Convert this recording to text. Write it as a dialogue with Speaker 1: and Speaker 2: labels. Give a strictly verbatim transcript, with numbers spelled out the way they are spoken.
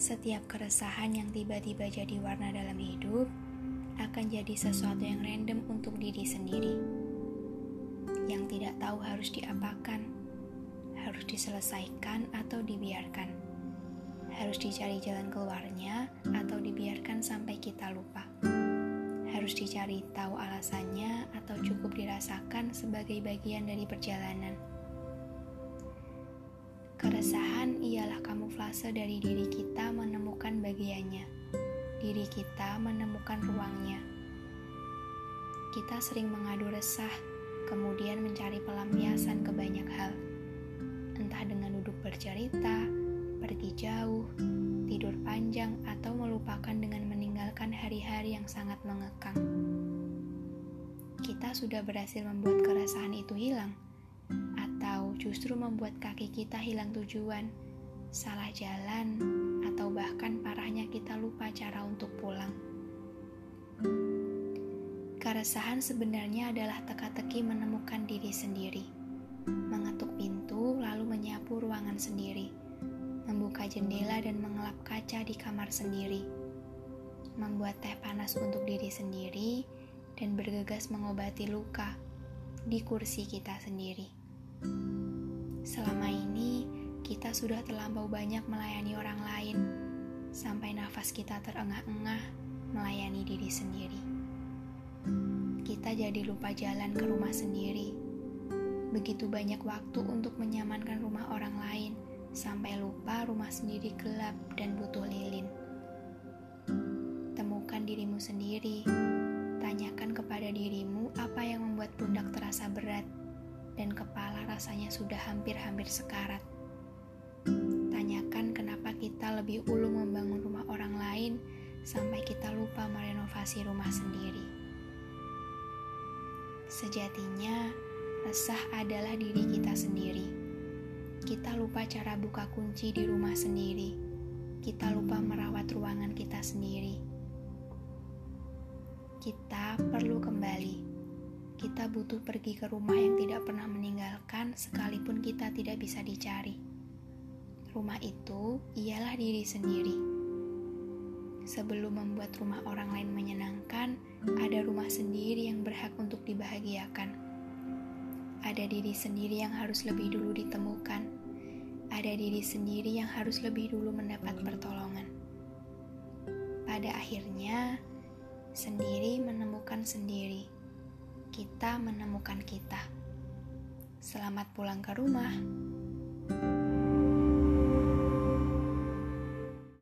Speaker 1: Setiap keresahan yang tiba-tiba jadi warna dalam hidup akan jadi sesuatu yang random untuk diri sendiri, yang tidak tahu harus diapakan, harus diselesaikan atau dibiarkan, harus dicari jalan keluarnya atau dibiarkan sampai kita lupa, harus dicari tahu alasannya atau cukup dirasakan sebagai bagian dari perjalanan. Keresahan ialah kamuflase dari diri kita menemukan bagiannya, diri kita menemukan ruangnya. Kita sering mengadu resah, kemudian mencari pelampiasan ke banyak hal, entah dengan duduk bercerita, pergi jauh, tidur panjang, atau melupakan dengan meninggalkan hari-hari yang sangat mengekang. Kita sudah berhasil membuat keresahan itu hilang, atau justru membuat kaki kita hilang tujuan, salah jalan, atau bahkan parahnya kita lupa cara untuk pulang. Keresahan sebenarnya adalah teka-teki menemukan diri sendiri, mengetuk pintu lalu menyapu ruangan sendiri, membuka jendela dan mengelap kaca di kamar sendiri, membuat teh panas untuk diri sendiri, dan bergegas mengobati luka di kursi kita sendiri. Selama ini, kita sudah terlampau banyak melayani orang lain, sampai nafas kita terengah-engah melayani diri sendiri. Kita jadi lupa jalan ke rumah sendiri. Begitu banyak waktu untuk menyamankan rumah orang lain, sampai lupa rumah sendiri gelap dan butuh lilin. Temukan dirimu sendiri. Tanyakan kepada dirimu apa yang membuat pundak terasa berat dan kepala rasanya sudah hampir-hampir sekarat. Tanyakan kenapa kita lebih ulung membangun rumah orang lain sampai kita lupa merenovasi rumah sendiri. Sejatinya, resah adalah diri kita sendiri. Kita lupa cara buka kunci di rumah sendiri. Kita lupa merawat ruangan kita sendiri. Kita perlu kembali. Kita butuh pergi ke rumah yang tidak pernah meninggalkan sekalipun kita tidak bisa dicari. Rumah itu ialah diri sendiri. Sebelum membuat rumah orang lain menyenangkan, ada rumah sendiri yang berhak untuk dibahagiakan. Ada diri sendiri yang harus lebih dulu ditemukan. Ada diri sendiri yang harus lebih dulu mendapat pertolongan. Pada akhirnya, sendiri menemukan sendiri. Kita menemukan kita. Selamat pulang ke rumah.